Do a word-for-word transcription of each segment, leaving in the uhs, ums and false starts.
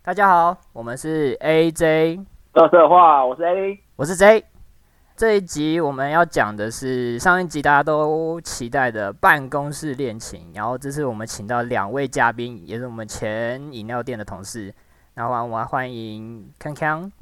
大家好，我们是 A J 乐色话，我是 A， 我是 J。这一集我们要讲的是上一集大家都期待的办公室恋情，然后这次我们请到两位嘉宾，也是我们前饮料店的同事。然后我们欢迎康康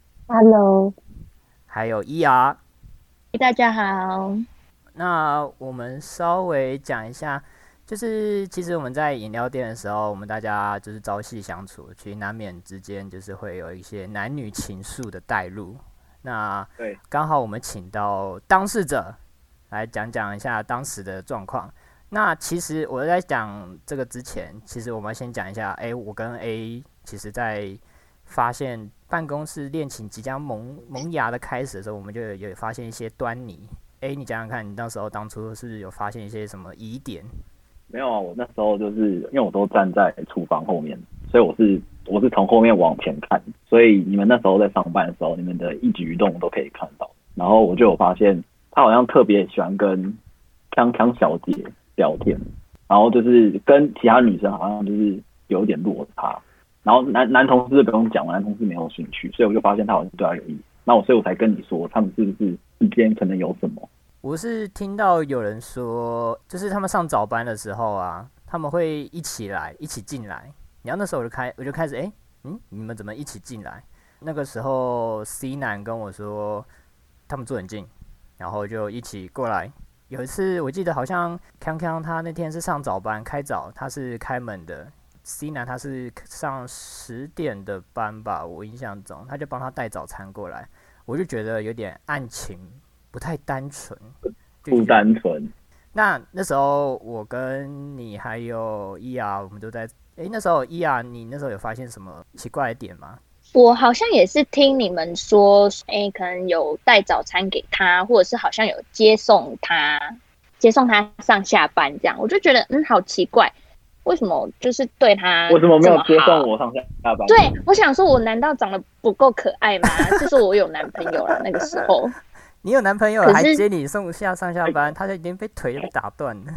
Hello， 还有 E R。 大家好。 那我们稍微讲一下。就是其实我们在饮料店的时候，我们大家就是朝夕相处，其实难免之间就是会有一些男女情愫的带入。那刚好我们请到当事者来讲讲一下当时的状况。那其实我在讲这个之前，其实我们先讲一下，哎，我跟 A 其实在发现办公室恋情即将萌萌芽的开始的时候，我们就有有发现一些端倪。哎，你讲讲看，你那时候当初是不是有发现一些什么疑点？ 没有啊，我那时候就是因为我都站在厨房后面，所以我是我是从后面往前看，所以你们那时候在上班的时候，你们的一举一动都可以看到。然后我就有发现，他好像特别喜欢跟康康小姐聊天，然后就是跟其他女生好像就是有点落差。然后男男同事不用讲，男同事没有兴趣，所以我就发现他好像对他有意思。那我所以我才跟你说，他们是不是之间可能有什么？ 我是听到有人说，就是他们上早班的时候啊，他们会一起来，一起进来。然后那时候我就开，我就开始，哎、欸，嗯，你们怎么一起进来？那个时候 C 男跟我说，他们住很近，然后就一起过来。有一次我记得好像康康他那天是上早班，开早，他是开门的。C 男他是上十点的班吧，我印象中，他就帮他带早餐过来，我就觉得有点案情。不太单纯， 不单纯。 那那时候我跟你还有 E R， 我们都在。哎、欸，那时候 E R， 你那时候有发现什么奇怪的点吗？ 我好像也是听你们说，哎、欸，可能有带早餐给他，或者是好像有接送他，接送他上下班这样。我就觉得，嗯，好奇怪，为什么就是对他为什么没有接送我上下班？ 对，我想说，我难道长得不够可爱吗？就是我有男朋友了，那个时候。 你有男朋友还接你送下上下班，他就已经被腿就被打断了。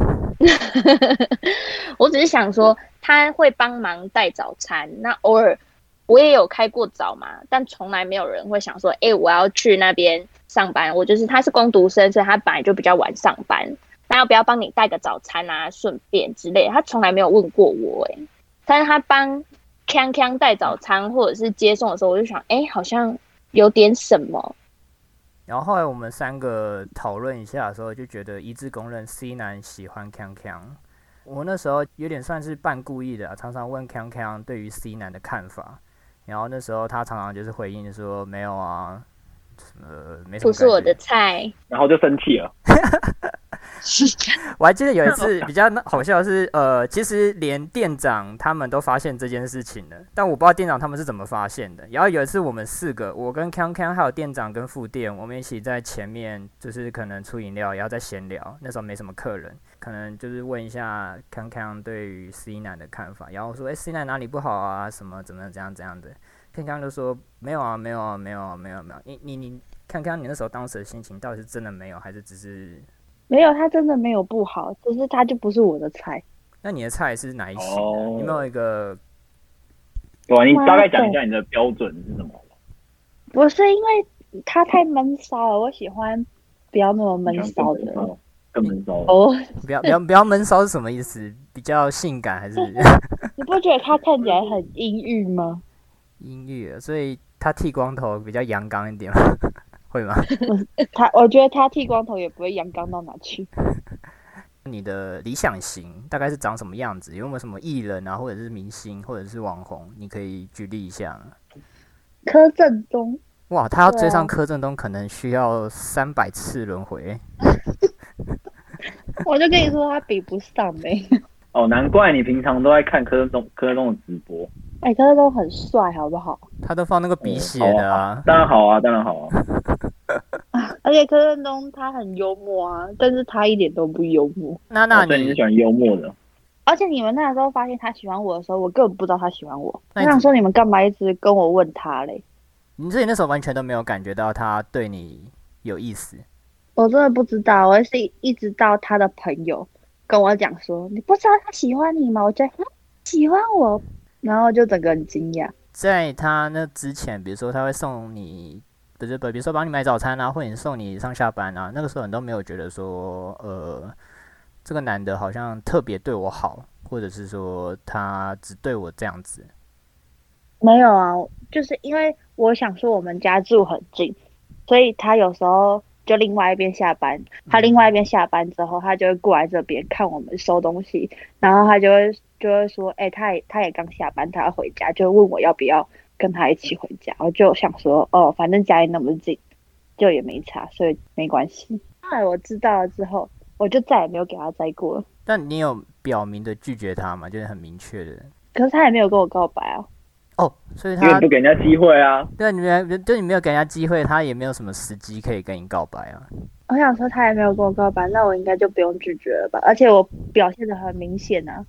我只是想说，他会帮忙带早餐，那偶尔我也有开过早嘛，但从来没有人会想说，哎、欸，我要去那边上班。我就是他是工读生，所以他本来就比较晚上班，那要不要帮你带个早餐啊，顺便之类的，他从来没有问过我、欸。哎，但是他帮康康带早餐或者是接送的时候，我就想，哎、欸，好像有点什么。 然后后来我们三个讨论一下的时候，就觉得一致公认 C 男喜欢康康。我那时候有点算是半故意的、啊，常常问康康对于 C 男的看法。然后那时候他常常就是回应说没有啊，呃，没什么， 不是我的菜， 然后就生气了。 我还记得有一次比较好笑的是，呃，其实连店长他们都发现这件事情了，但我不知道店长他们是怎么发现的。然后有一次我们四个，我跟康康还有店长跟副店，我们一起在前面，就是可能出饮料，然后在闲聊。那时候没什么客人，可能就是问一下康康对于 C 男的看法，然后说，哎、欸、，C 男哪里不好啊？什么怎么怎样怎样的？康康就说没有啊，没有啊，没有啊，没有没有。你你你，康康你那时候当时的心情到底是真的没有，还是只是？ 没有，他真的没有不好，只是他就不是我的菜。 那你的菜是哪一型的？哦、有没有一个？ 对啊，你大概讲一下你的标准是什么？ 不是因为他太闷骚了，我喜欢不要那么闷骚的。 更闷骚哦， 不要不要不要闷骚是什么意思？比较性感还是？ 你不觉得他看起来很阴郁吗？ 阴郁，所以他剃光头比较阳刚一点吗？会吗？ 他我觉得他剃光头也不会阳刚到哪去。 你的理想型大概是长什么样子？有没有什么艺人啊，或者是明星，或者是网红？你可以举例一下。 柯震东。 哇，他要追上柯震东，可能需要三百次轮回。 我就跟你说，他比不上呗、欸。 哦，難怪你平常都在看柯震東柯震東的直播。 哎、欸，柯震東很帥，好不好？ 他都放那個鼻血的啊、 嗯、啊，當然好啊，當然好啊。 而且柯震東他很幽默啊，但是他一點都不幽默。 那那你、 哦、你是喜歡幽默的？ 而且你們那時候發現他喜歡我的時候，我根本不知道他喜歡我。我想說你們幹嘛一直跟我問他嘞？ 你自己那時候完全都沒有感覺到他對你有意思？ 我真的不知道，我是一直到他的朋友跟我講說，你不知道他喜歡你嗎？我覺得喜歡我，然後就整個很驚訝。 在他那之前，比如说他会送你，不是不，比如说帮你买早餐啊，或者送你上下班啊，那个时候你都没有觉得说，呃，这个男的好像特别对我好，或者是说他只对我这样子。 没有啊，就是因为我想说我们家住很近，所以他有时候就另外一边下班，他另外一边下班之后，他就会过来这边看我们收东西，然后他就会就会说，哎、欸，他也他也刚下班，他要回家，就问我要不要跟他一起回家。我就想说，哦，反正家里那么近，就也没差，所以没关系。后来我知道了之后，我就再也没有给他摘过了。 但你有表明的拒绝他吗？就是很明确的。 可是他也没有跟我告白啊。 哦，所以他因为不给人家机会啊。 对，你没就你没有给人家机会，他也没有什么时机可以跟你告白啊。 我想说他也没有跟我告白，那我应该就不用拒绝了吧？而且我表现得很明显啊。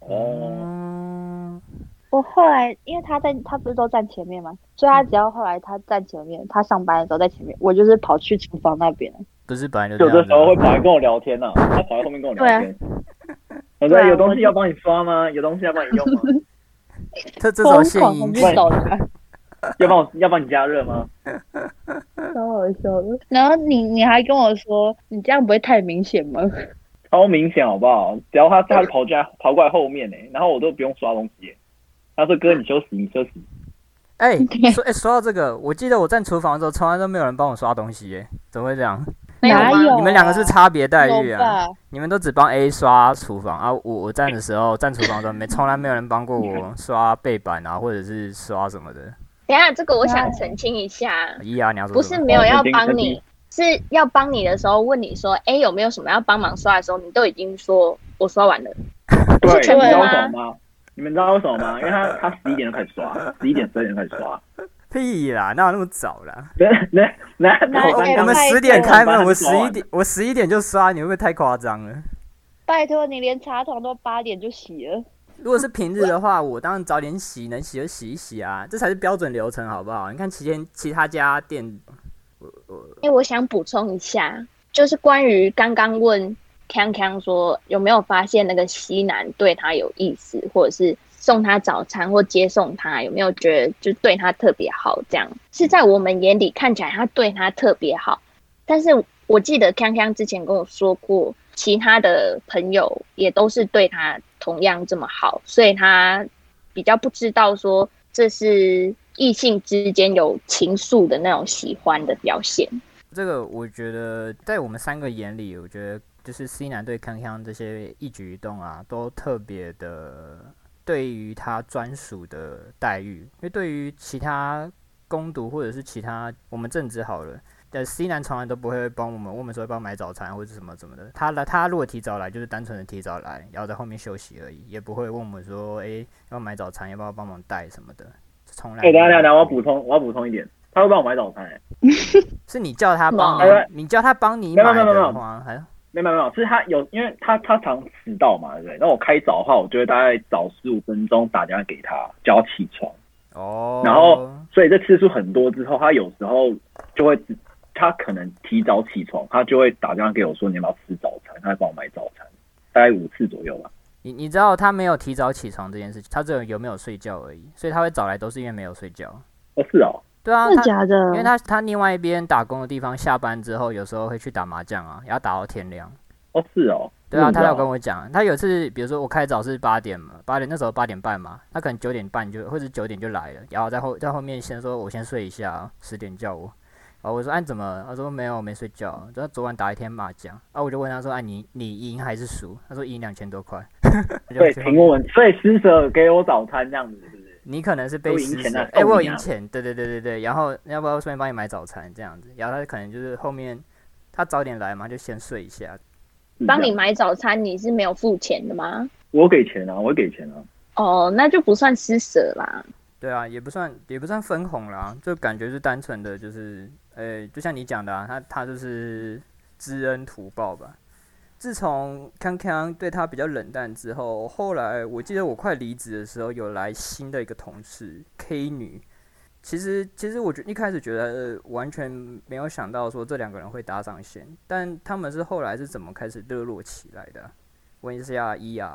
哦。 我后来因为他在，他不是都站前面吗？所以他只要后来他站前面，他上班的时候在前面，我就是跑去厨房那边。 不是本来就这样子。有的时候会跑来跟我聊天啊，他跑来后面跟我聊天。我说、啊、有东西要帮你刷吗？有东西要帮你用吗？ 这这种献殷勤， 要帮我要帮你加热吗？ 超好笑的。然后你你还跟我说，你这样不会太明显吗？ 超明显好不好？只要他他跑过来跑过来后面呢、欸，然后我都不用刷东西、欸。他说：“哥，你休息，你休息。” 哎、欸，说哎、欸、说到这个，我记得我站厨房的时候，从来都没有人帮我刷东西耶、欸，怎么会这样？ 哪有、啊？ 你们两个是差别待遇啊！你们都只帮 A 刷厨房啊，我我站的时候站厨房的时候，没从来没有人帮过我刷背板啊，或者是刷什么的。 等一下，这个我想澄清一下。 一啊，你要说不是没有要帮你，是要帮你的时候问你说，哎、欸，有没有什么要帮忙刷的时候，你都已经说我刷完了。 对，你知道为什么吗？你们知道为什么吗？因为他他十一点就开始刷，十一点十二点就开始刷。 屁啦，哪有那么早啦？ 那那那我们十点开门，我十一点我十一点就刷，你会不会太夸张了？ 拜托，你连茶桶都八点就洗了。 如果是平日的话，我当然早点洗，能洗就洗一洗啊，这才是标准流程，好不好？你看其他其他家店，我我哎、欸，我想补充一下，就是关于刚刚问康康说有没有发现那个西南对他有意思，或者是送他早餐或接送他，有没有觉得就对他特别好？这样是在我们眼里看起来他对他特别好，但是我记得康康之前跟我说过，其他的朋友也都是对他同样这么好，所以他比较不知道说这是异性之间有情愫的那种喜欢的表现。 这个我觉得在我们三个眼里，我觉得就是 C 男对康康这些一举一动啊，都特别的对于他专属的待遇，因为对于其他工读或者是其他我们正职好了，但 C 男从来都不会帮我们，我们说帮买早餐或者什么什么的。他来，他如果提早来，就是单纯的提早来，然后在后面休息而已，也不会问我们说，哎、欸，要买早餐，要不要帮忙带什么的，从来。 哎、欸，等一下等一下，我要补充，我要补充一点，他会帮我买早餐、欸， 是你叫他帮你，你叫他帮你买的话，还。 没有没有没有，是他有，因为他他常迟到嘛，对不对？那我开早的话，我就会大概早十五分钟打电话给他，叫他起床。 哦。 然后，所以这次数很多之后，他有时候就会，他可能提早起床，他就会打电话给我说你要不要吃早餐，他会帮我买早餐，大概五次左右吧。 你你知道他没有提早起床这件事情，他只有有没有睡觉而已，所以他会早来都是因为没有睡觉。 哦，是哦。 对啊， 真的假的？ 因为他他另外一边打工的地方，下班之后有时候会去打麻将啊，也要打到天亮。 哦，是哦。 对啊，他有跟我讲，他有次比如说我开早是八点嘛，八点那时候八点半嘛，他可能九点半就或者九点就来了，然后在后在后面先说我先睡一下，十点叫我。然后我说哎、啊、怎么？他说没有，没睡觉，他昨晚打一天麻将。啊，我就问他说哎、啊、你你赢还是输？他说赢两千多块。 对，凭我们，所以施舍给我早餐这样子，是不是？ 你可能是被施舍，哎、欸，我有赢钱，对对对对对，然后要不要顺便帮你买早餐这样子？然后他可能就是后面他早点来嘛，就先睡一下。 帮你买早餐，你是没有付钱的吗？ 我给钱啊，我给钱啊。 哦，那就不算施舍啦。 对啊，也不算也不算分红啦，就感觉是单纯的就是，呃、欸，就像你讲的啊，他他就是知恩图报吧。自从康康对他比较冷淡之后，后来我记得我快离职的时候，有来新的一个同事 K 女。其实，其实我觉一开始觉得、呃、完全没有想到说这两个人会搭上线，但他们是后来是怎么开始热络起来的、啊？问一下一啊，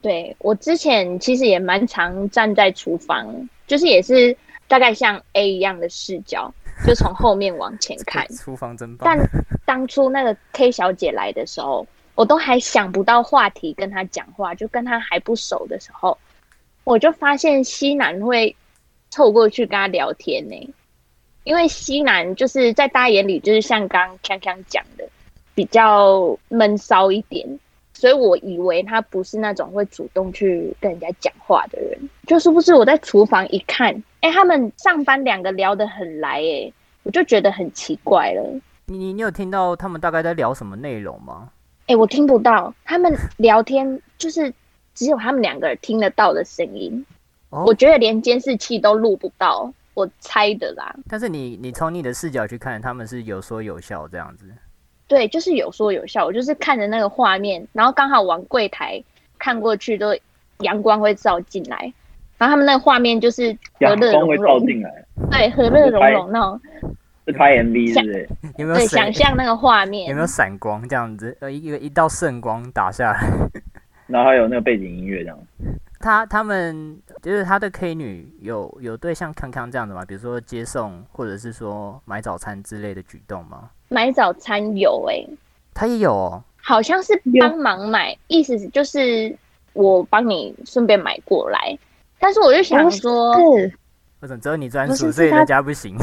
对，我之前其实也蛮常站在厨房，就是也是大概像 A 一样的视角，就从后面往前看。 厨房真棒。 但当初那个 K 小姐来的时候，我都还想不到话题跟她讲话，就跟她还不熟的时候，我就发现西南会凑过去跟她聊天呢、欸。因为西南就是在大家眼里就是像刚刚康康讲的，比较闷骚一点。所以我以为他不是那种会主动去跟人家讲话的人，就是不是我在厨房一看，哎、欸，他们上班两个聊得很来、欸，哎，我就觉得很奇怪了。 你你有听到他们大概在聊什么内容吗？ 哎、欸，我听不到，他们聊天就是只有他们两个人听得到的声音，哦、我觉得连监视器都录不到，我猜的啦。 但是你你从你的视角去看，他们是有说有笑这样子。 对，就是有说有笑，我就是看着那个画面，然后刚好往柜台看过去，都阳光会照进来，然后他们那个画面就是和乐融融， 阳光会照进来， 对，和乐融融那种。 是拍 M V 是不是？ 有没有对想象那个画面？ 有没有闪光这样子？呃，一个一道圣光打下来， 然后还有那个背景音乐这样。 他他们就是他的 K 女有有对像康康这样的吗？比如说接送或者是说买早餐之类的举动吗？ 买早餐有哎、欸， 他也有哦， 好像是帮忙买，意思就是我帮你顺便买过来。但是我就想说， 为什么只有你专属，所以人家不行？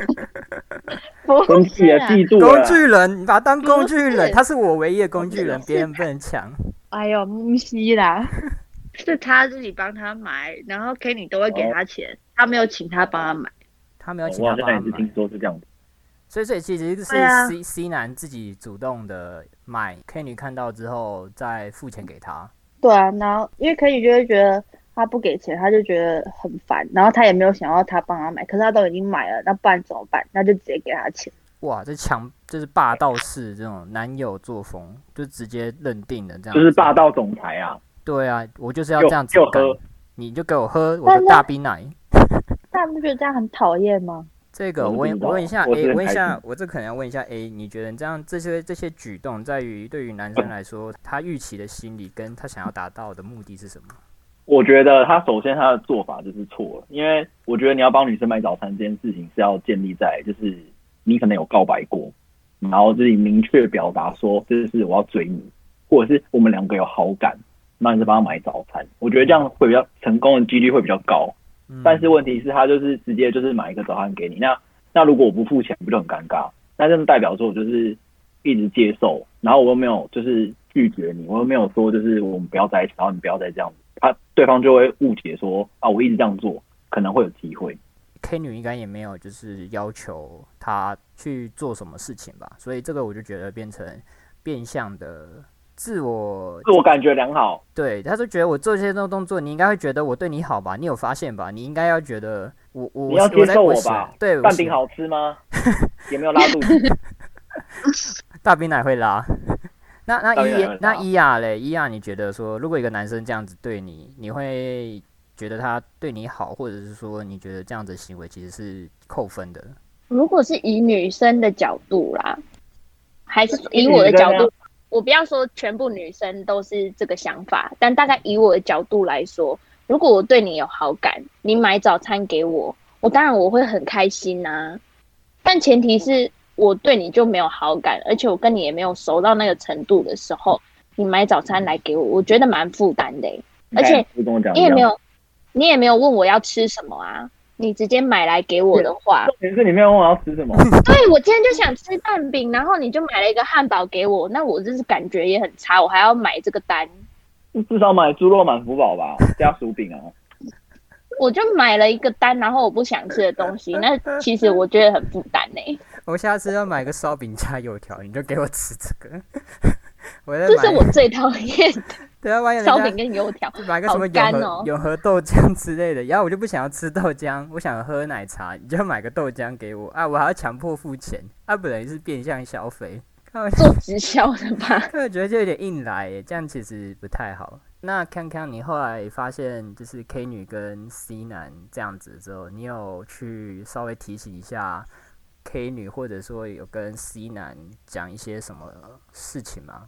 工具啊，嫉妒工具人，你把他当工具人，他是我唯一的工具人，别人不能抢。 哎呦，木西啦，是他自己帮他买，然后 K 女都会给他钱，哦、他没有请他帮他买， 他没有请他帮他买。我好像也是听说是这样子。 所以，所以其实是 C、啊、C 男自己主动的买 ，K 女看到之后再付钱给他。 对啊，然后因为 K 女就会觉得他不给钱，他就觉得很烦，然后他也没有想要他帮他买，可是他都已经买了，那不然怎么办？那就直接给他钱。 哇，这强就是霸道式这种男友作风，就直接认定了这样。 就是霸道总裁啊！ 对啊，我就是要这样子干，你就给我喝我的大冰奶。 大家不觉得这样很讨厌吗？ 这个我我问一下 A， 问一下，我这可能要问一下 A， 你觉得这样这些这些举动，在于对于男生来说，他预期的心理跟他想要达到的目的是什么？ 我觉得他首先他的做法就是错了，因为我觉得你要帮女生买早餐这件事情是要建立在就是你可能有告白过，然后自己明确表达说这是我要追你，或者是我们两个有好感，那你就帮他买早餐。我觉得这样会比较成功的几率会比较高。但是问题是，他就是直接就是买一个早餐给你，那那如果我不付钱，不就很尴尬？那这代表说我就是一直接受，然后我又没有就是拒绝你，我又没有说就是我们不要在一起，然后你不要再这样子，他对方就会误解说啊，我一直这样做，可能会有机会。 K 女应该也没有就是要求他去做什么事情吧，所以这个我就觉得变成变相的。自我自我感觉良好， 对，他就觉得我做这些动作，你应该会觉得我对你好吧？你有发现吧？你应该要觉得我我你要接受我吧？ 我对， 蛋饼好吃吗？有没有拉肚子？ 大冰奶会拉。那那伊那伊亚嘞，伊亚，你觉得说，如果一个男生这样子对你，你会觉得他对你好，或者是说你觉得这样子的行为其实是扣分的？ 如果是以女生的角度啦，还是以我的角度？我不要说全部女生都是这个想法，但大概以我的角度来说，如果我对你有好感，你买早餐给我，我当然我会很开心啊。但前提是我对你就没有好感，而且我跟你也没有熟到那个程度的时候，你买早餐来给我，我觉得蛮负担的、欸。而且你也没有，你也没有问我要吃什么啊。你直接买来给我的话， 重点是你没有问我要吃什么。 对，我今天就想吃蛋饼，然后你就买了一个汉堡给我，那我就是感觉也很差，我还要买这个单。 至少买猪肉满福堡吧，加薯饼啊。 我就买了一个单，然后我不想吃的东西，那其实我觉得很负担呢。 我下次要买个烧饼加油条，你就给我吃这个。我这是我最讨厌的。 对啊， 烧饼跟油条， 买个什么永和、哦、永和豆浆之类的，然后我就不想要吃豆浆，我想喝奶茶，你就买个豆浆给我啊，我还要强迫付钱，啊，不等于是变相消费， 做直销的吧？ 我觉得就有点硬来耶，这样其实不太好。那看看你后来发现就是 K 女跟 C 男这样子之后，你有去稍微提醒一下 K 女，或者说有跟 C 男讲一些什么事情吗？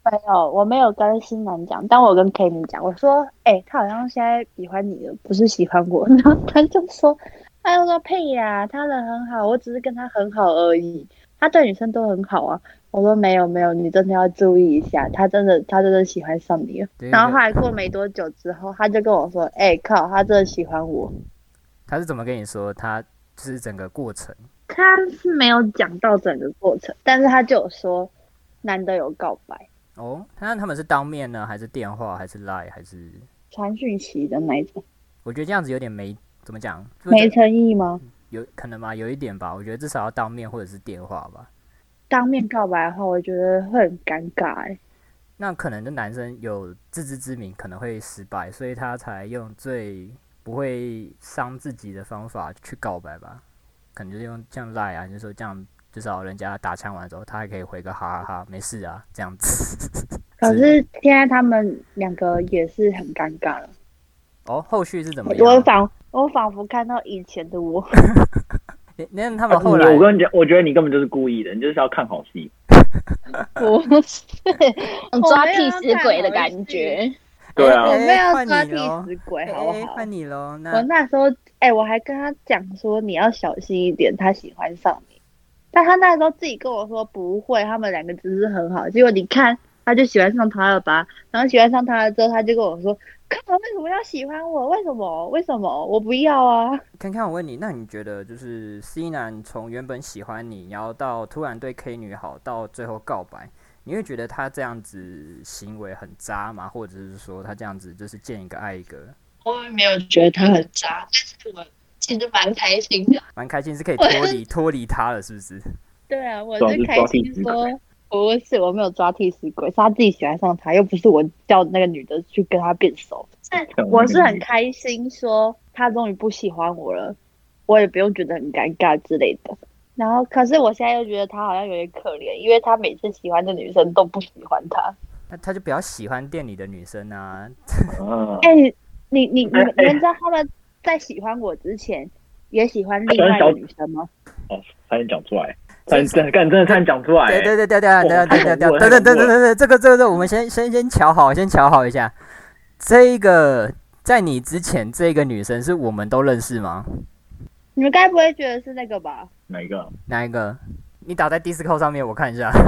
没有，我没有跟新南讲，但我跟 K 米讲，我说，哎、欸，他好像现在喜欢你了，不是喜欢我。然后他就说，他就说屁呀、啊，他人很好，我只是跟他很好而已，他对女生都很好啊。我说没有没有，你真的要注意一下，他真的他真的喜欢上你了。然后后来过没多久之后，他就跟我说，哎、欸、靠，他真的喜欢我。 他是怎么跟你说？他就是整个过程。 他是没有讲到整个过程，但是他就有说男的有告白。 哦，那他们是当面呢，还是电话，还是 Line， 还是传讯息的那种？ 我觉得这样子有点没怎么讲， 没诚意吗？ 有可能吧，有一点吧。我觉得至少要当面或者是电话吧。 当面告白的话，我觉得会很尴尬哎。 那可能这男生有自知之明，可能会失败，所以他才用最不会伤自己的方法去告白吧。可能就是用这样赖啊，就是说这样，至少人家打枪完之后，他还可以回个哈哈哈，没事啊，这样子。 可是现在他们两个也是很尴尬了。 哦，后续是怎么样？ 我仿我仿佛看到以前的我。 那他们后来， 我跟你讲，我觉得你根本就是故意的，你就是要看好戏。 不是， 抓替死鬼的感觉。 对啊， 我没有换抓替你咯死鬼，好不好？ 换你喽。那我那时候，哎、欸，我还跟他讲说你要小心一点，他喜欢上你。但他那时候自己跟我说不会，他们两个只是很好。结果你看，他就喜欢上他了吧？然后喜欢上他了之后，他就跟我说：“靠，为什么要喜欢我？为什么？为什么？我不要啊！” 看看我问你，那你觉得就是 C 男从原本喜欢你，然后到突然对 K 女好，到最后告白，你会觉得他这样子行为很渣吗？或者是说他这样子就是见一个爱一个？ 我也没有觉得他很渣，但是我其实蛮开心的， 蛮开心是可以脱离脱离他了，是不是？ 对啊，我是开心说。不是，我没有抓替死鬼，是他自己喜欢上他，又不是我叫那个女的去跟他变熟。我是很开心，说他终于不喜欢我了，我也不用觉得很尴尬之类的。然后，可是我现在又觉得他好像有点可怜，因为他每次喜欢的女生都不喜欢他。 那他就比较喜欢店里的女生啊。 哎、欸，你你你你们知道他们在喜欢我之前也喜欢另外的女生吗？ 哦，差点讲出来。真真干真的差点讲出来， 对对对对对对对对对对对对对对，这个这个这个，我们先先先瞧好，先瞧好一下。这一个在你之前，这个女生是我们都认识吗？ 你们该不会觉得是那个吧？ 哪一个？ 哪一个？你打在 Discord 上面，我看一下。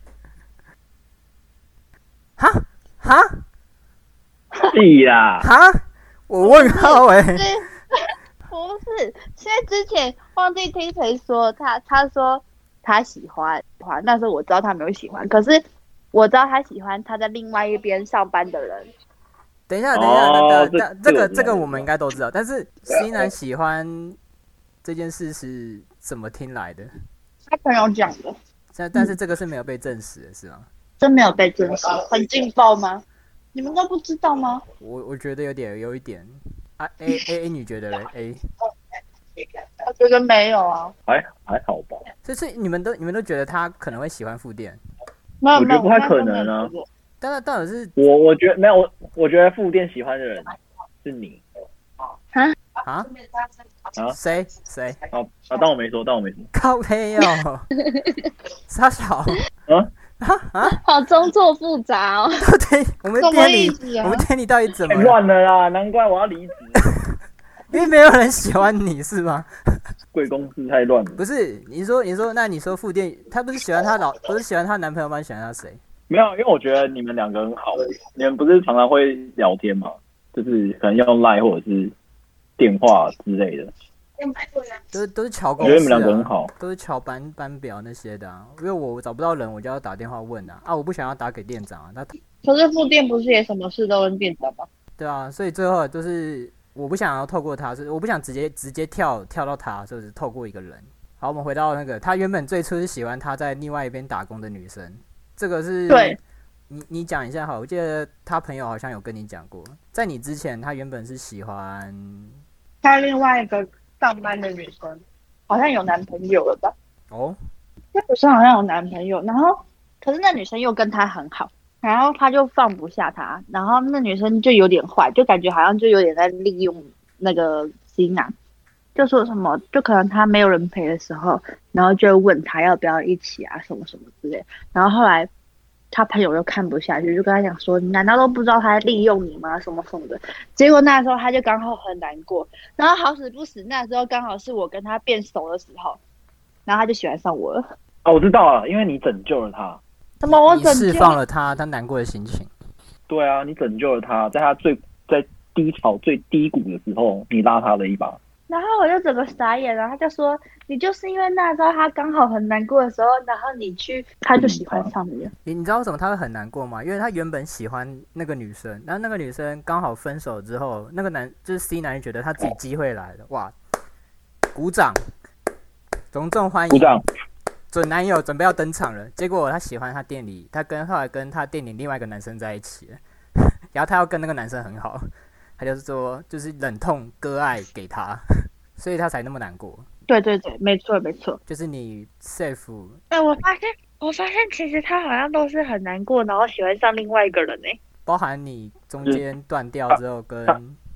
哈哈， 屁啦！ 哈，我问号哎、欸。 不是，现在之前忘记听谁说他，他说他喜欢，那时候我知道他没有喜欢，可是我知道他喜欢他在另外一边上班的人。 等一下，等一下，哦、等等，这个这个我们应该都知道，但是 C 男喜欢这件事是怎么听来的？ 他朋友讲的。 但但是这个是没有被证实的，是吗？ 真没有被证实，很劲爆吗？你们都不知道吗？ 我我觉得有点有一点。啊 A A A 你觉得嘞 A？ 我觉得没有啊， 还还好吧。 就是你们都你们都觉得他可能会喜欢副店？ 没有， 我觉得不太可能啊。 当然当然是我我觉得没有，我我觉得副店喜欢的人是你。 啊啊啊？ 谁谁？ 啊啊！当我没说，当我没说。 靠黑哦，傻小啊啊啊！ 好中错复杂哦。 到底我们店里、啊、我们店里到底怎么乱了啦？难怪我要离职。 因为没有人喜欢你是吗？ 贵公司太乱了。 不是，你说你说，那你说副店，他不是喜欢他老，不是喜欢他男朋友吗？喜欢他谁？ 没有，因为我觉得你们两个很好，你们不是常常会聊天吗？就是可能用 Line 或者是电话之类的。 都是都是瞧公司、啊，我觉得你们两个很好， 都是瞧班班表那些的啊。因为我找不到人，我就要打电话问啊。啊，我不想要打给店长啊。那可是副店不是也什么事都问店长吗？ 对啊，所以最后都是我不想要透过他，是我不想直接直接跳跳到他，就是透过一个人。好，我们回到那个，他原本最初是喜欢他在另外一边打工的女生，这个是对。 你你讲一下好，我记得他朋友好像有跟你讲过，在你之前，他原本是喜欢他另外一个上班的女生，好像有男朋友了吧？ 哦， 那女生好像有男朋友，然后可是那女生又跟他很好，然后他就放不下他，然后那女生就有点坏，就感觉好像就有点在利用那个 C 男，就说什么，就可能他没有人陪的时候，然后就问他要不要一起啊，什么什么之类，然后后来。 他朋友又看不下去，就跟他讲说：“你难道都不知道他在利用你吗？什么什么的。”结果那时候他就刚好很难过，然后好死不死，那时候刚好是我跟他变熟的时候，然后他就喜欢上我了。 哦，我知道了，因为你拯救了他。 什么？我拯救？ 你释放了他他难过的心情。 对啊，你拯救了他，在他最在低潮最低谷的时候，你拉他了一把。 然后我就整个傻眼了，他就说：“你就是因为那时候他刚好很难过的时候，然后你去，他就喜欢上你了。” 你你知道为什么他会很难过吗？因为他原本喜欢那个女生，然后那个女生刚好分手之后，那个男就是 C 男觉得他自己机会来了，哇，鼓掌，隆重欢迎， 鼓掌。 准男友准备要登场了，结果他喜欢他店里，他跟后来跟他店里另外一个男生在一起了，然后他要跟那个男生很好，他就是说就是忍痛割爱给他，所以他才那么难过。 对对对，没错没错， 就是你 safe。 哎、欸，我发现我发现其实他好像都是很难过，然后喜欢上另外一个人呢、欸， 包含你中间断掉之后跟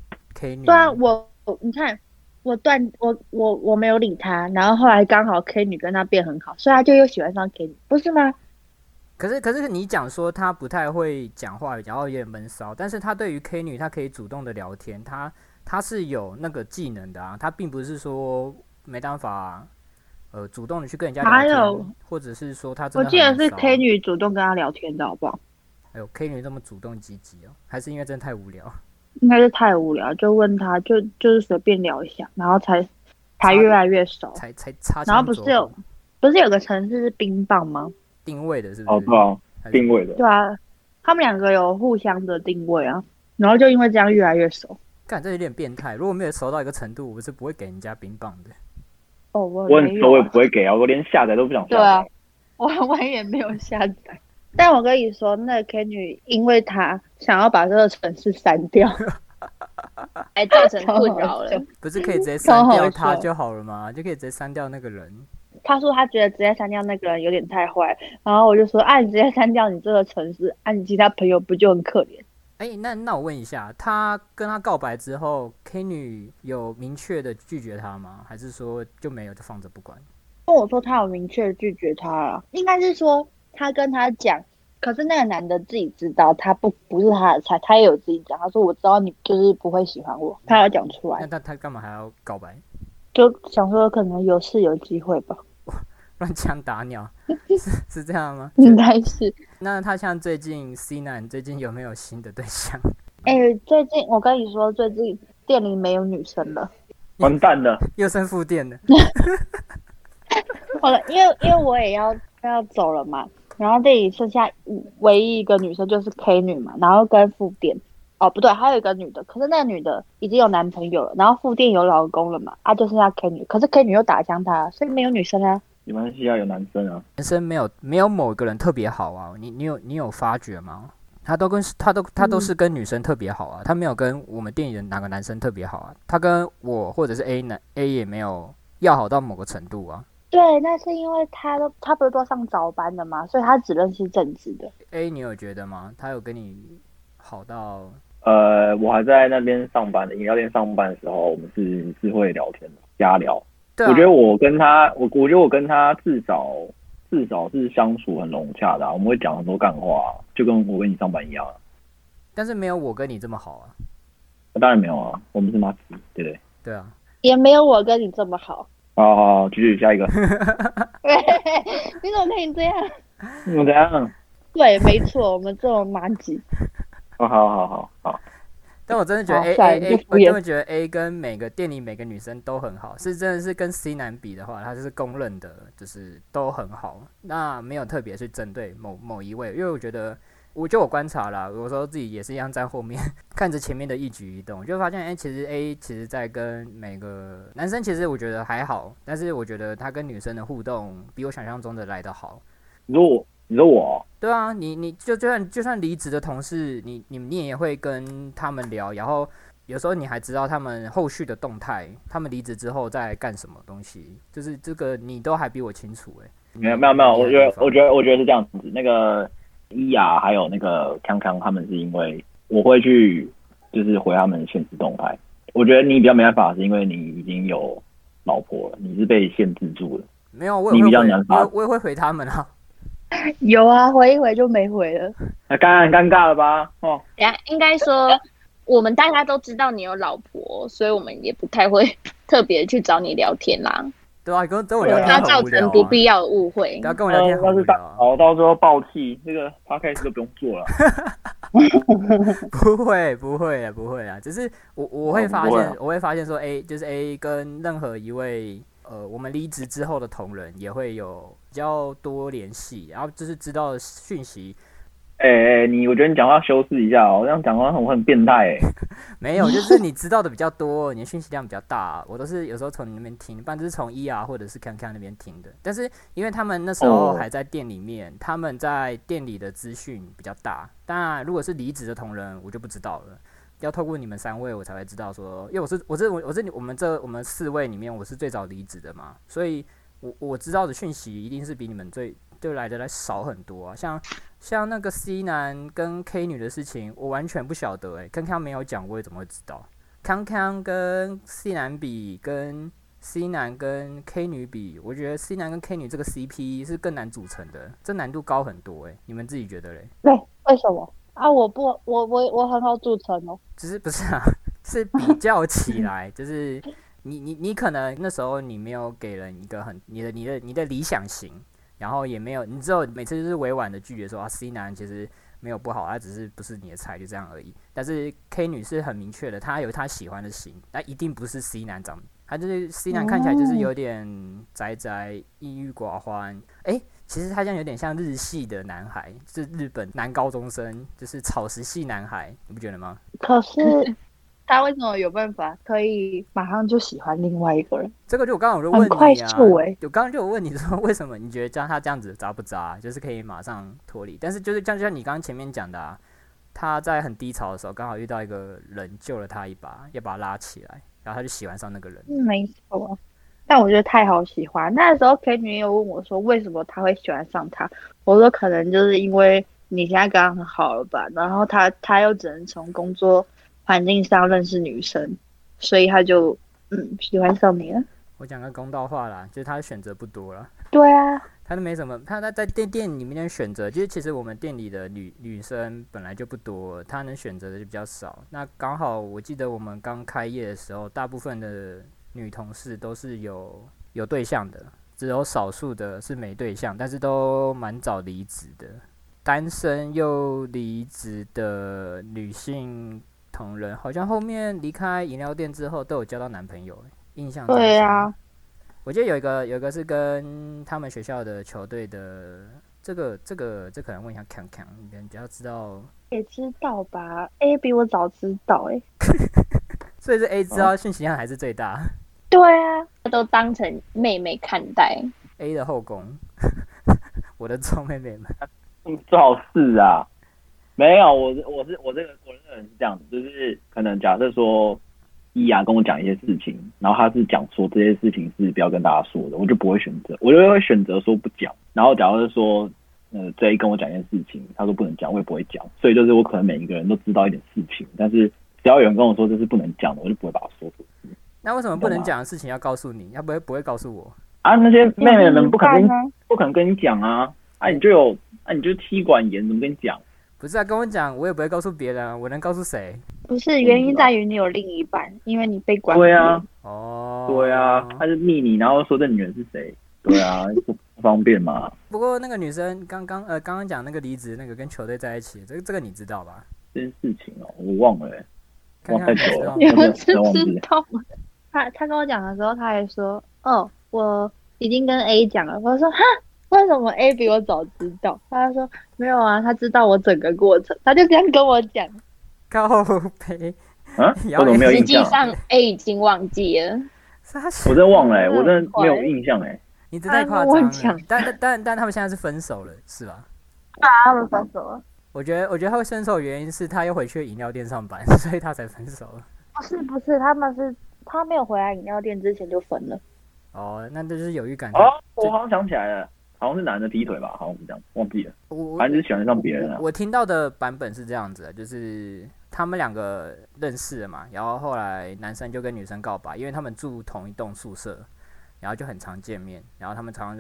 K 女。 对啊，我你看。我断我我我没有理他，然后后来刚好 K 女跟他变很好，所以他就又喜欢上 K 女，不是吗？ 可是可是你讲说他不太会讲话，然后有点闷骚，但是他对于 K 女他可以主动的聊天，他他是有那个技能的啊，他并不是说没办法呃主动的去跟人家聊天，还有或者是说他真的很我记得是 K 女主动跟他聊天的好不好？ 哎呦 K 女这么主动积极哦，还是因为真的太无聊？ 应该是太无聊，就问他就就是随便聊一下，然后才才越来越熟， 才才擦。 然后不是有不是有个城市是冰棒吗？ 定位的是不是？ 哦，对啊，定位的。 对啊，他们两个有互相的定位啊，然后就因为这样越来越熟。 干，这有点变态。如果没有熟到一个程度，我是不会给人家冰棒的。 哦，我我很熟，我也不会给啊，我连下载都不想下载。 对啊，我我也没有下载。但我跟你说，那个 K 女因为她想要把这个城市删掉， 还造成困扰了。 不是可以直接删掉他就好了吗？就可以直接删掉那个人。 他说他觉得直接删掉那个人有点太坏，然后我就说，啊，你直接删掉你这个城市，啊，你其他朋友不就很可怜？ 哎、欸，那那我问一下，他跟他告白之后 ，K 女有明确的拒绝他吗？还是说就没有就放着不管？ 跟我说他有明确拒绝他了，应该是说他跟他讲。可是那个男的自己知道他不不是他的菜，他也有自己讲，他说我知道你就是不会喜欢我，他要讲出来。 那他他干嘛还要告白？ 就想说可能有事有机会吧。 乱枪打鸟是是这样吗？ 应该是。 那他像最近 C 男最近有没有新的对象？ 哎、欸，最近我跟你说，最近店里没有女生了， 完蛋了， 又升副店了。 好了，因为因为我也要要走了嘛。然后这里剩下唯一一个女生就是 K 女嘛，然后跟副店，哦不对，还有一个女的，可是那个女的已经有男朋友了，然后副店有老公了嘛，啊就剩下 K 女，可是 K 女又打枪他，所以没有女生啊。 没关系啊，有男生啊。 男生没有没有某个人特别好啊，你你有你有发觉吗？他都跟他都他都是跟女生特别好啊，他没有跟我们店里的哪个男生特别好啊，他跟我或者是 A 男 A 也没有要好到某个程度啊。 对，那是因为他都他不是都上早班的嘛，所以他只认识正职的。 A 你有觉得吗？他有跟你好到？ 呃，我还在那边上班的饮料店上班的时候，我们是是会聊天的，瞎聊。对啊、我觉得我跟他，我我觉得我跟他至少至少是相处很融洽的、啊，我们会讲很多干话、啊，就跟我跟你上班一样、啊。 但是没有我跟你这么好啊。 当然没有啊，我们是麻吉，对不对？ 对啊。 也没有我跟你这么好。 好好好，继续下一个。 你怎么可以这样？ 你怎么这样？ 对，没错，我们这种麻吉。 哦，好好好好。 但我真的觉得 A A A， 我真的觉得 A 跟每个店里每个女生都很好，是真的是跟 C 男比的话，他是公认的，就是都很好。那没有特别去针对某某一位，因为我觉得，我就我观察啦，有时候自己也是一样在后面看着前面的一举一动，就发现，哎、欸，其实 A 其实在跟每个男生，其实我觉得还好，但是我觉得他跟女生的互动比我想象中的来得好。 你说我？你说我？ 对啊，你你就就算就算离职的同事，你你你也会跟他们聊，然后有时候你还知道他们后续的动态，他们离职之后在干什么东西，就是这个你都还比我清楚哎、欸。 没有没有没有，我觉得我觉得我觉得是这样子，那个伊雅还有那个康康他们是因为我会去就是回他们现实动态，我觉得你比较没办法，是因为你已经有老婆了，你是被限制住了。 没有，我也会回，我我也会回他们啊。 有啊，回一回就没回了。 那当然尴尬了吧？哦， 等下应该说，我们大家都知道你有老婆，所以我们也不太会特别去找你聊天啦， 对啊，跟跟我聊天怕造很无聊、啊、 成不必要的误会不。要跟我聊天很要是到无聊、啊。 熬到最后爆气，这个 podcast 就不用做了。 不会，不会啊，不会啊，只是我我会发现， 哦不会啊我会发现说，A 就是 A 跟任何一位呃，我们离职之后的同仁也会有比较多联系，然后就是知道讯息。 哎、欸、哎，你我觉得你讲话修饰一下哦，这样讲话我很变态哎。 没有，就是你知道的比较多，你的讯息量比较大。我都是有时候从你那边听，不然就是从 E R 或者是 Kan Kan 那边听的。但是因为他们那时候还在店里面，他们在店里的资讯比较大。当然，如果是离职的同仁，我就不知道了。要透过你们三位，我才会知道说，因为我是我是我是我们这我们四位里面，我是最早离职的嘛，所以我我知道的讯息一定是比你们最对来的来少很多啊。像像那个 C 男跟 K 女的事情，我完全不晓得哎、欸，康康没有讲，我也怎么会知道？康康跟 C 男比，跟 C 男跟 K 女比，我觉得 C 男跟 K 女这个 C P 是更难组成的，这难度高很多哎、欸，你们自己觉得嘞？ 对，为什么啊？我不，我我我很好组成哦。 只是不是啊？是比较起来，就是你你你可能那时候你没有给人一个很你的你的你的理想型。然后也没有，你只有每次就是委婉的拒绝说啊 ，C 男其实没有不好，他只是不是你的菜，就这样而已。但是 K 女是很明确的，她有她喜欢的型，那一定不是 C 男长，他就是 C 男看起来就是有点宅宅、抑郁寡欢。哎、欸，其实他这样有点像日系的男孩，就是日本男高中生，就是草食系男孩，你不觉得吗？ 可是他为什么有办法可以马上就喜欢另外一个人？ 这个就我刚刚我就问你啊， 很快速欸有刚刚就有问你说为什么你觉得像他这样子渣不渣，就是可以马上脱离，但是就是像就像你刚刚前面讲的啊，他在很低潮的时候刚好遇到一个人救了他一把，要把他拉起来，然后他就喜欢上那个人。 嗯，没错。但我觉得太好喜欢。那时候 K 女也有问我说为什么他会喜欢上他，我说可能就是因为你现在跟他很好了吧，然后他他又只能从工作环境上认识女生，所以他就嗯喜欢上你了。 我讲个公道话啦，就是他的选择不多了。 对啊， 他都没什么，他在店店里面的选择，就是其实我们店里的女女生本来就不多，他能选择的就比较少。那刚好我记得我们刚开业的时候，大部分的女同事都是有有对象的，只有少数的是没对象，但是都蛮早离职的。单身又离职的女性同仁，好像后面离开饮料店之后都有交到男朋友，印象对啊。 我记得有一个有一个是跟他们学校的球队的，这个这个这可能问一下康康，你比较知道。 也知道吧 ？A 比我早知道哎、欸。 所以是 A 知道讯息量还是最大。 对啊， 都当成妹妹看待。 A 的后宫，我的臭妹妹们。 嗯，最好是啊。没有，我我是我这个我这个人是这样子，就是可能假设说。伊雅跟我讲一些事情，然后他是讲说这些事情是不要跟大家说的，我就不会选择，我就会选择说不讲。然后假如是说，呃，J 跟我讲一件事情，他说不能讲，我也不会讲。所以就是我可能每一个人都知道一点事情，但是只要有人跟我说这是不能讲的，我就不会把它说出去。 那为什么不能讲的事情要告诉你？要不会不会告诉我？ 啊，那些妹妹们不可能不可能跟你讲啊！啊，你就有啊，你就妻管严，怎么跟你讲？ 不是啊，跟我讲，我也不会告诉别人啊，我能告诉谁？ 不是，原因在于你有另一半，因为你被管。 对啊， 哦， 对啊，他就密你，然后说这女人是谁？对啊，不方便嘛。 不过那个女生刚刚呃刚刚讲那个离职那个跟球队在一起，这个这个你知道吧？ 这件事情哦，我忘了、欸，忘太久了， 你们知道吗？他他跟我讲的时候，他还说，哦，我已经跟 A 讲了。我说哈。为什么 A 比我早知道？他说没有啊，他知道我整个过程，他就这样跟我讲。 靠北啊，我怎么没有印象？ 实际上 A 已经忘记了， 我真的忘了、欸，我真的没有印象哎、欸。 你这太夸张了。但但但但他们现在是分手了，是吧？ 啊，他们分手了。 我觉得我觉得他会分手的原因是他又回去饮料店上班，所以他才分手了。 不是不是，他们是他没有回来饮料店之前就分了。 哦，那就是有预感。 哦，我好像想起来了。好像是男的劈腿吧，好像是这样，忘记了。反正就是喜欢上别人了。 我听到的版本是这样子的，就是他们两个认识了嘛，然后后来男生就跟女生告白，因为他们住同一栋宿舍，然后就很常见面，然后他们常常就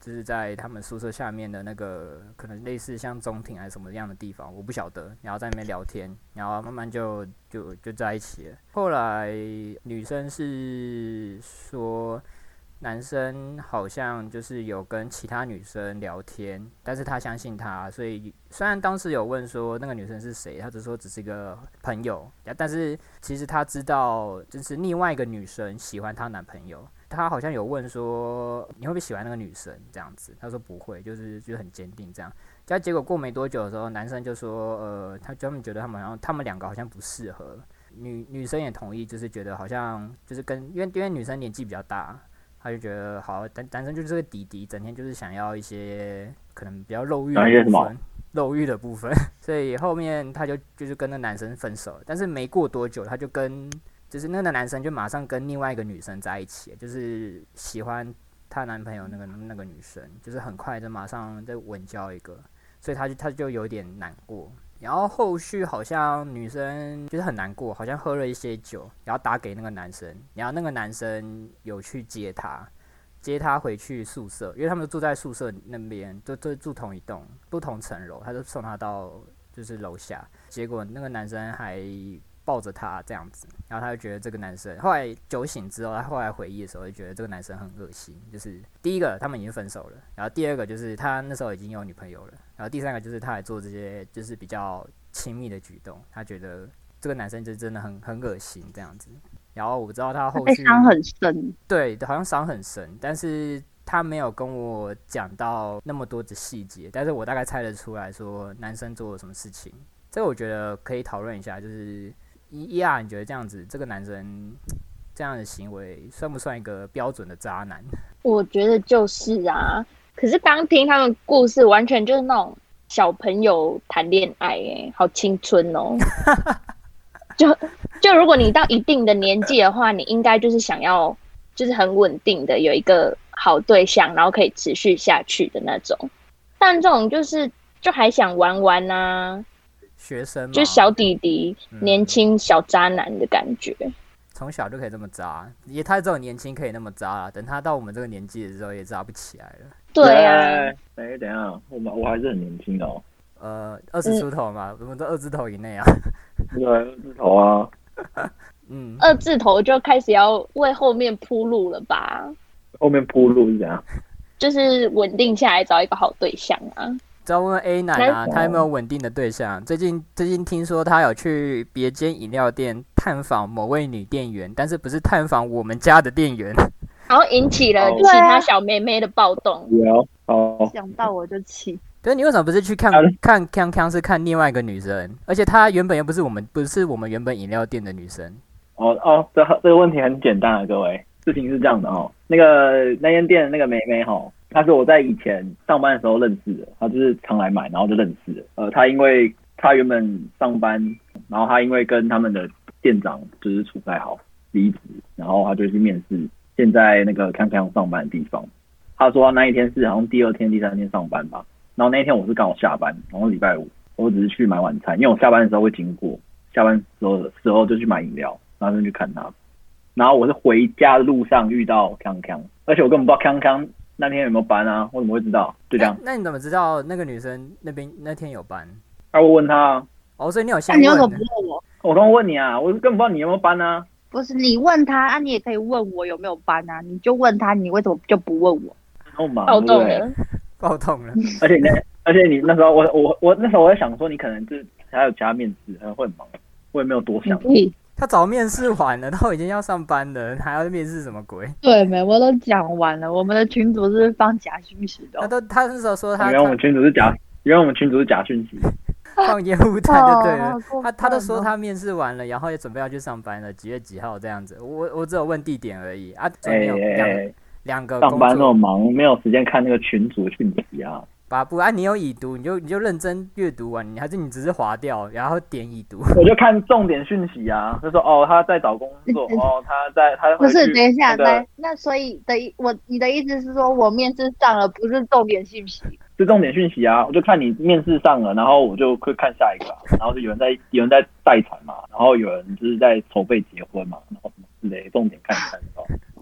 就是在他们宿舍下面的那个可能类似像中庭还是什么样的地方，我不晓得。然后在那边聊天，然后慢慢就就就在一起了。后来女生是说，男生好像就是有跟其他女生聊天，但是他相信他，所以虽然当时有问说那个女生是谁，他只说只是一个朋友，但是其实他知道就是另外一个女生喜欢她男朋友。他好像有问说你会不会喜欢那个女生这样子，他说不会，就是就很坚定这样。但结果过没多久的时候，男生就说呃，他专门觉得他们好像他们两个好像不适合，女女生也同意，就是觉得好像就是跟因为因为女生年纪比较大。他就觉得好，单单身就是个弟弟，整天就是想要一些可能比较肉欲的部分，肉欲的部分，所以后面他就就是跟那男生分手了。但是没过多久，他就跟就是那个男生就马上跟另外一个女生在一起，就是喜欢她男朋友那个那个女生，就是很快就马上再稳交一个，所以他就他就有点难过。然后后续好像女生就是很难过，好像喝了一些酒，然后打给那个男生，然后那个男生有去接她，接她回去宿舍，因为他们住在宿舍那边，都都住同一栋不同层楼，他就送她到就是楼下，结果那个男生还抱着她这样子，然后他就觉得这个男生，后来酒醒之后，他后来回忆的时候就觉得这个男生很恶心，就是第一个他们已经分手了，然后第二个就是他那时候已经有女朋友了，然后第三个就是他还做这些就是比较亲密的举动，他觉得这个男生就真的很很恶心这样子。然后我不知道他后续伤很深， 对，好像伤很深，但是他没有跟我讲到那么多的细节，但是我大概猜得出来说男生做了什么事情。这个我觉得可以讨论一下，就是伊亚，你觉得这样子这个男生这样的行为算不算一个标准的渣男？ 我觉得就是啊，可是刚听他们故事，完全就是那种小朋友谈恋爱，哎，好青春哦。就就如果你到一定的年纪的话，你应该就是想要就是很稳定的有一个好对象，然后可以持续下去的那种。但这种就是就还想玩玩啊， 学生嘛， 就小弟弟、嗯、年轻小渣男的感觉。 从小就可以这么渣，也他这种年轻可以那么渣啦，等他到我们这个年纪的时候也渣不起来了。 对啊， 哎、欸，等一下，我们我还是很年轻的哦。 呃，二十出头嘛，嗯、我们都二字头以内啊。 对，二字头啊。 嗯，二字头就开始要为后面铺路了吧？ 后面铺路是怎样？ 就是稳定下来找一个好对象啊。 只要问问 A 男啊，他有没有稳定的对象？最近最近听说他有去别间饮料店探访某位女店员，但是不是探访我们家的店员， 然后引起了其他小妹妹的暴动。 有哦， 想到我就气。 对，你为什么不是去看看康康是看另外一个女生？而且她原本又不是我们不是我们原本饮料店的女生。 哦哦，这这个问题很简单啊，各位，事情是这样的哦，那个那间店的那个妹妹哈。她是我在以前上班的时候认识的，她就是常来买，然后就认识了。呃，她因为她原本上班，然后她因为跟他们的店长就是处不太好，离职，然后她就去面试现在那个康康上班的地方。她说她那一天是好像第二天、第三天上班吧，然后那一天我是刚好下班，然后礼拜五，我只是去买晚餐，因为我下班的时候会经过，下班时候的时候就去买饮料，然后就去看她。然后我是回家的路上遇到康康，而且我根本不知道康康那天有没有班啊？我怎么会知道？就这样。 那你怎么知道那个女生那边那天有班？ 啊，我问她。 哦，所以你有先问。 你为什么不问我？ 我刚问你啊，我根本不知道你有没有班啊。 不是你问他啊，你也可以问我有没有班啊，你就问他，你为什么就不问我？ 好忙， 暴动了， 暴动了。 而且那而且你那时候我我我那时候我在想说，你可能就是还有其他面试，可能会很忙，我也没有多想。 他早面试完了，都已经要上班了，还要面试什么鬼？ 对没，我都讲完了。我们的群组是放假讯息的、哦。 他都他那时候说他， 原来我们群组是假，原来我们群组是假讯息， 放烟雾弹就对了。 哦、 他他都说他面试完了，然后也准备要去上班了，几月几号这样子。我我只有问地点而已啊，没有两两个上班那么忙，没有时间看那个群组讯息啊。 把不然、啊、你有已读，你就你就认真阅读完，你还是你只是滑掉，然后点已读。 我就看重点讯息啊，就说哦他在找工作，哦他在他不是等一下， 那来那所以的我你的意思是说我面试上了，不是重点讯息？ 是重点讯息啊，我就看你面试上了，然后我就会看下一个、啊，然后就有人在有人在待产嘛，然后有人就是在筹备结婚嘛，然后什么之类的，重点看一看到。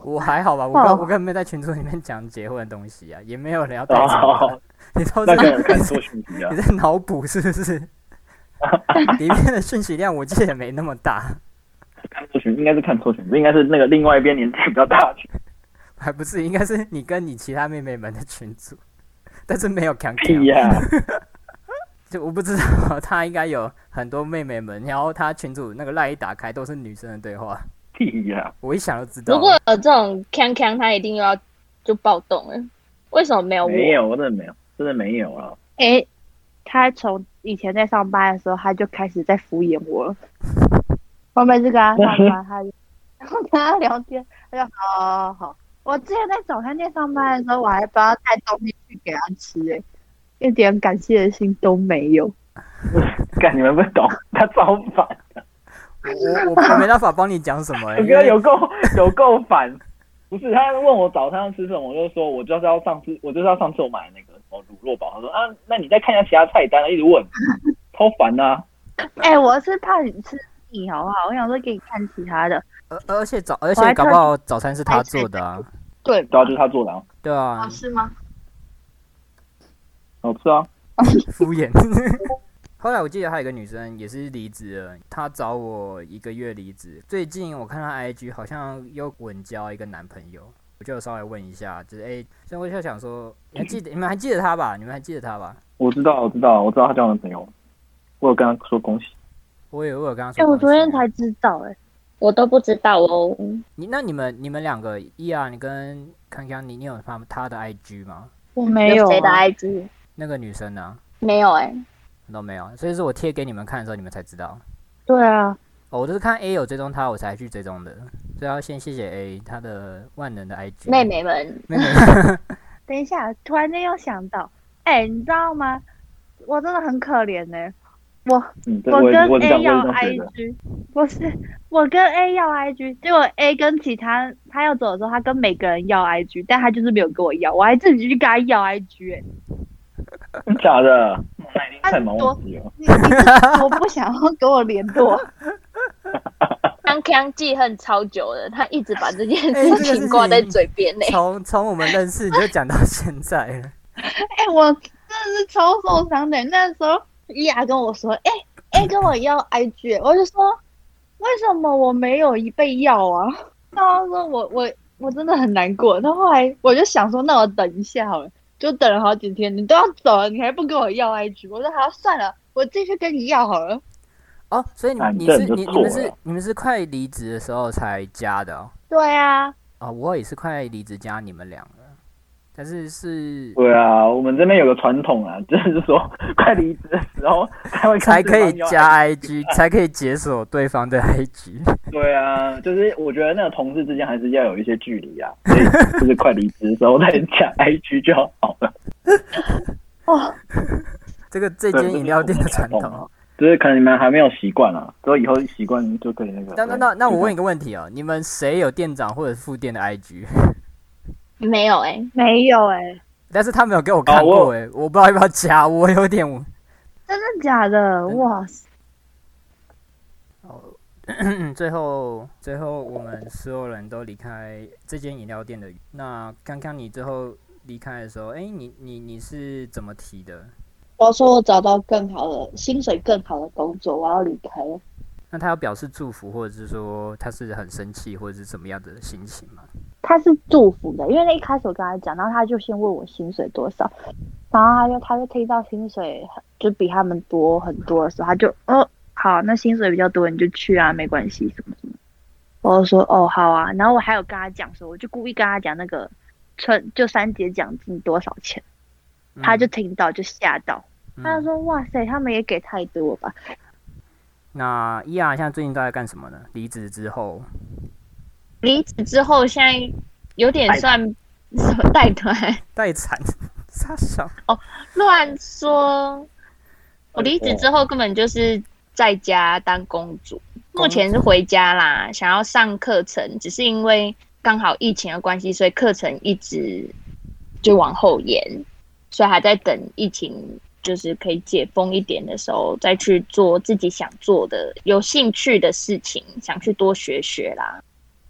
我还好吧，我根我根本没在群组里面讲结婚的东西啊，也没有人要带走、 哦。 你都那个看错讯息啊？ 你在脑补是不是？里面的讯息量我记得没那么大。 看错群应该是看错群，应该是那个另外一边年纪比较大的群。 还不是，应该是你跟你其他妹妹们的群组，但是没有强屁呀！ 就我不知道，他应该有很多妹妹们，然后他群组那个赖一打开都是女生的对话。 屁呀！ 我一想就知道。 如果有这种锵锵，他一定又要就暴动了。为什么没有我？ 没有，真的没有，真的没有啊！ 哎、欸，他从以前在上班的时候，他就开始在敷衍我了。我每次跟他上班，他就然后跟他聊天，他就好好好。我之前在早餐店上班的时候，我还帮他带东西去给他吃、欸，哎，一点感谢的心都没有。 干你们不懂，他超烦的。 我我我没办法帮你讲什么、欸， 我觉得有够有够烦。不是他问我早餐要吃什么，我就说我就是要上次我就是要上次我买的那个什么乳酪堡。他说啊，那你再看一下其他菜单，一直问，超烦的、啊。 哎、欸，我是怕你吃腻好不好？我想说给你看其他的。 而而且早而且搞不好早餐是他做的啊。 对， 对啊，就是他做的啊。 对啊。 哦，是吗？ 好吃啊。 敷衍。后来我记得还有一个女生也是离职了，她找我一个月离职。最近我看她 I G 好像又稳交一个男朋友，我就稍微问一下，就是哎，所以我就想说，你还记得你们还记得她吧？你们还记得她吧？ 我知道，我知道，我知道她交男朋友，我有跟她说恭喜。 我有我有跟她说。 哎、欸，我昨天才知道、欸，哎， 我都不知道哦。 你那你们你们两个，伊啊，你跟康康，你你有他她的 I G 吗？ 我没有、啊。 谁的 I G？ 那个女生呢？ 没有哎、欸。 都没有，所以是我贴给你们看的时候，你们才知道。 对啊， 哦，我都是看 A 有追踪他，我才去追踪的。所以要先谢谢 A 他的万能的 I G。 妹妹们， 妹妹们。 等一下，突然间又想到，哎、欸，你知道吗？我真的很可怜呢、欸。我、 嗯、 我跟 A 要 I G， 不是我跟 A 要 I G， 结果 A 跟其他他要走的时候，他跟每个人要 I G， 但他就是没有跟我要，我还自己去跟他要 I G 哎、欸。 真假的？那一定太忙忘记了。 我不想要跟我联络。 康康记恨超久了，他一直把这件事情挂在嘴边呢、欸。 从从我们认识你就讲到现在了。 哎、欸，我真的是超受伤的。那时候伊雅跟我说：“哎、欸、哎、欸，跟我要 I G。”我就说：“为什么我没有被要啊？”然后说我我我真的很难过。然后后来我就想说：“那我等一下好了。”就等了好几天，你都要走了，你还不跟我要 I G？ 我说好，算了，我继续跟你要好了。 哦，所以你你是你你们是你们是快离职的时候才加的哦？ 对啊。 哦，我也是快离职加你们两个，但是是。 对啊，我们这边有个传统啊，就是说快离职的时候才会才可以加 I G， 才可以解锁对方的 I G。 对啊，就是我觉得那个同事之间还是要有一些距离啊，所以就是快离职的时候再加 I G 就好了。 哦， 这个这间饮料店的传统。 就是可能你们还没有习惯啊，之后以后习惯就可以那个。 那那那那我问一个问题哦，你们谁有店长或者副店的 I G？ 没有哎、欸， 没有哎、欸， 但是他没有给我看过哎、欸，哦、我, 我不知道要不要加，我有点。 真的假的？哇塞！ 哦，最后最后我们所有人都离开这间饮料店的。那刚刚你最后离开的时候，哎、欸，你你你是怎么提的？ 我说我找到更好的薪水、更好的工作，我要离开了。 那他要表示祝福，或者是说他是很生气，或者是什么样的心情吗？ 他是祝福的，因为一开始我跟他讲，然后他就先问我薪水多少，然后他就他就听到薪水就比他们多很多的时候，他就哦好，那薪水比较多你就去啊，没关系什么什么。我就说哦好啊，然后我还有跟他讲说，我就故意跟他讲那个春就三节奖金多少钱，嗯、他就听到就吓到。他就说：“哇塞，他们也给太多吧？” 那伊雅现在最近都在干什么呢？离职之后， 离职之后现在有点算什么带团、 带产、傻笑哦，乱说。我离职之后根本就是在家当公主，目前是回家啦，想要上课程，只是因为刚好疫情的关系，所以课程一直就往后延，所以还在等疫情。就是可以解封一点的时候，再去做自己想做的、有兴趣的事情，想去多学学啦。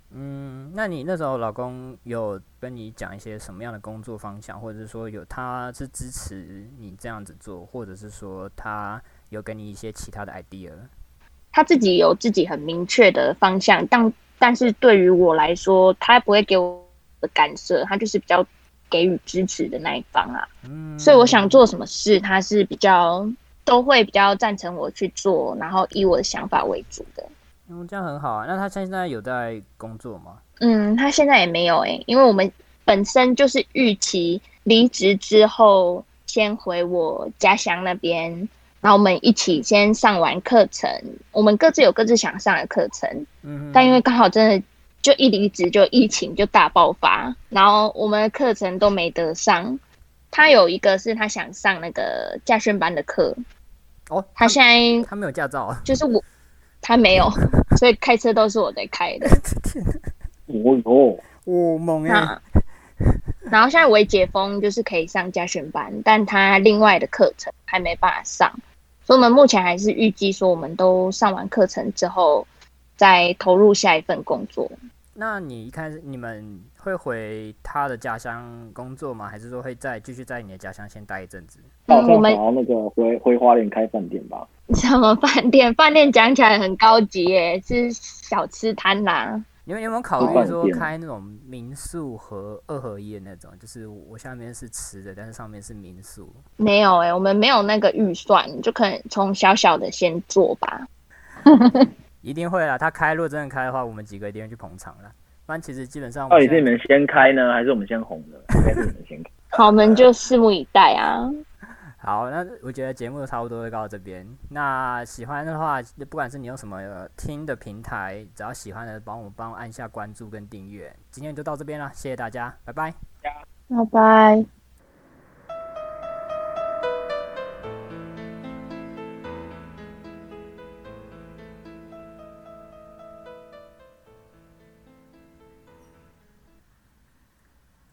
嗯，那你那时候老公有跟你讲一些什么样的工作方向，或者是说有他是支持你这样子做，或者是说他有给你一些其他的 idea？ 他自己有自己很明确的方向，但但是对于我来说，他不会给我的干涉，他就是比较给予支持的那一方啊。嗯，所以我想做什么事，他是比较都会比较赞成我去做，然后以我的想法为主的。 嗯，这样很好啊。那他现在有在工作吗？ 嗯，他现在也没有诶、欸，因为我们本身就是预期离职之后先回我家乡那边，然后我们一起先上完课程，我们各自有各自想上的课程，嗯，但因为刚好真的就一离职就疫情就大爆发，然后我们的课程都没得上。他有一个是他想上那个驾训班的课， 哦， 他现在他没有驾照啊， 就是我。他没有，所以开车都是我在开的。 哦哟， 哦猛哎！ 然后现在微解封就是可以上家训班，但他另外的课程还没办法上，所以我们目前还是预计说，我们都上完课程之后，再投入下一份工作。 那你一开始你们会回他的家乡工作吗？还是说会再继续在你的家乡先待一阵子？ 好像想要那个回回花莲开饭店吧？ 什么饭店？饭店讲起来很高级耶，是小吃摊啦。 你们有没有考虑说开那种民宿和二合一的那种？就是我下面是吃的，但是上面是民宿。 没有哎，我们没有那个预算，就可能从小小的先做吧。 一定会啦，他开，如果真的开的话，我们几个一定会去捧场啦。不然其实基本上， 到底是你们先开呢，还是我们先红的？应该是你们先开。 好，我们就拭目以待啊。 好，那我觉得节目差不多就到这边。那喜欢的话，不管是你用什么听的平台，只要喜欢的，帮我帮我按下关注跟订阅。今天就到这边了，谢谢大家，拜拜。 拜拜。